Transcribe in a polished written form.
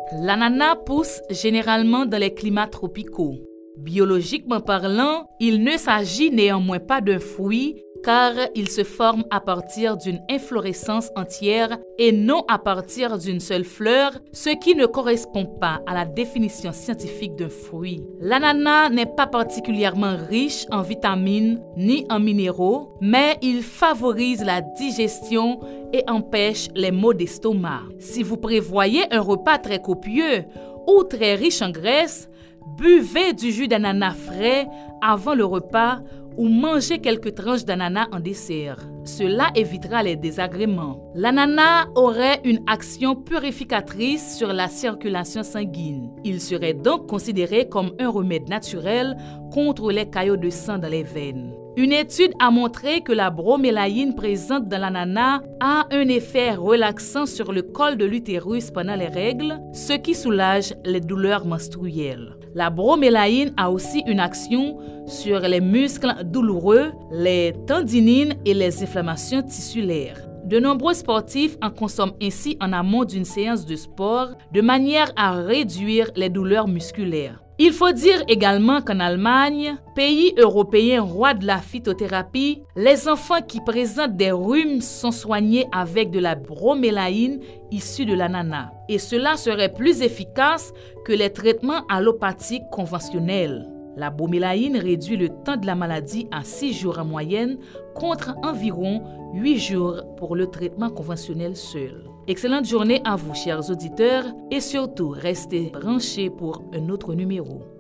L'ananas pousse généralement dans les climats tropicaux. Biologiquement parlant, il ne s'agit néanmoins pas d'un fruit car il se forme à partir d'une inflorescence entière et non à partir d'une seule fleur, ce qui ne correspond pas à la définition scientifique d'un fruit. L'ananas n'est pas particulièrement riche en vitamines ni en minéraux, mais il favorise la digestion et empêche les maux d'estomac. Si vous prévoyez un repas très copieux ou très riche en graisse, buvez du jus d'ananas frais avant le repas ou mangez quelques tranches d'ananas en dessert. Cela évitera les désagréments. L'ananas aurait une action purificatrice sur la circulation sanguine. Il serait donc considéré comme un remède naturel contre les caillots de sang dans les veines. Une étude a montré que la bromélaïne présente dans l'ananas a un effet relaxant sur le col de l'utérus pendant les règles, ce qui soulage les douleurs menstruelles. La bromélaïne a aussi une action sur les muscles douloureux, les tendinines et les inflammations tissulaires. De nombreux sportifs en consomment ainsi en amont d'une séance de sport de manière à réduire les douleurs musculaires. Il faut dire également qu'en Allemagne, pays européen roi de la phytothérapie, les enfants qui présentent des rhumes sont soignés avec de la bromélaïne issue de l'ananas. Et cela serait plus efficace que les traitements allopathiques conventionnels. La bromélaïne réduit le temps de la maladie à 6 jours en moyenne contre environ 8 jours pour le traitement conventionnel seul. Excellente journée à vous, chers auditeurs, et surtout, restez branchés pour un autre numéro.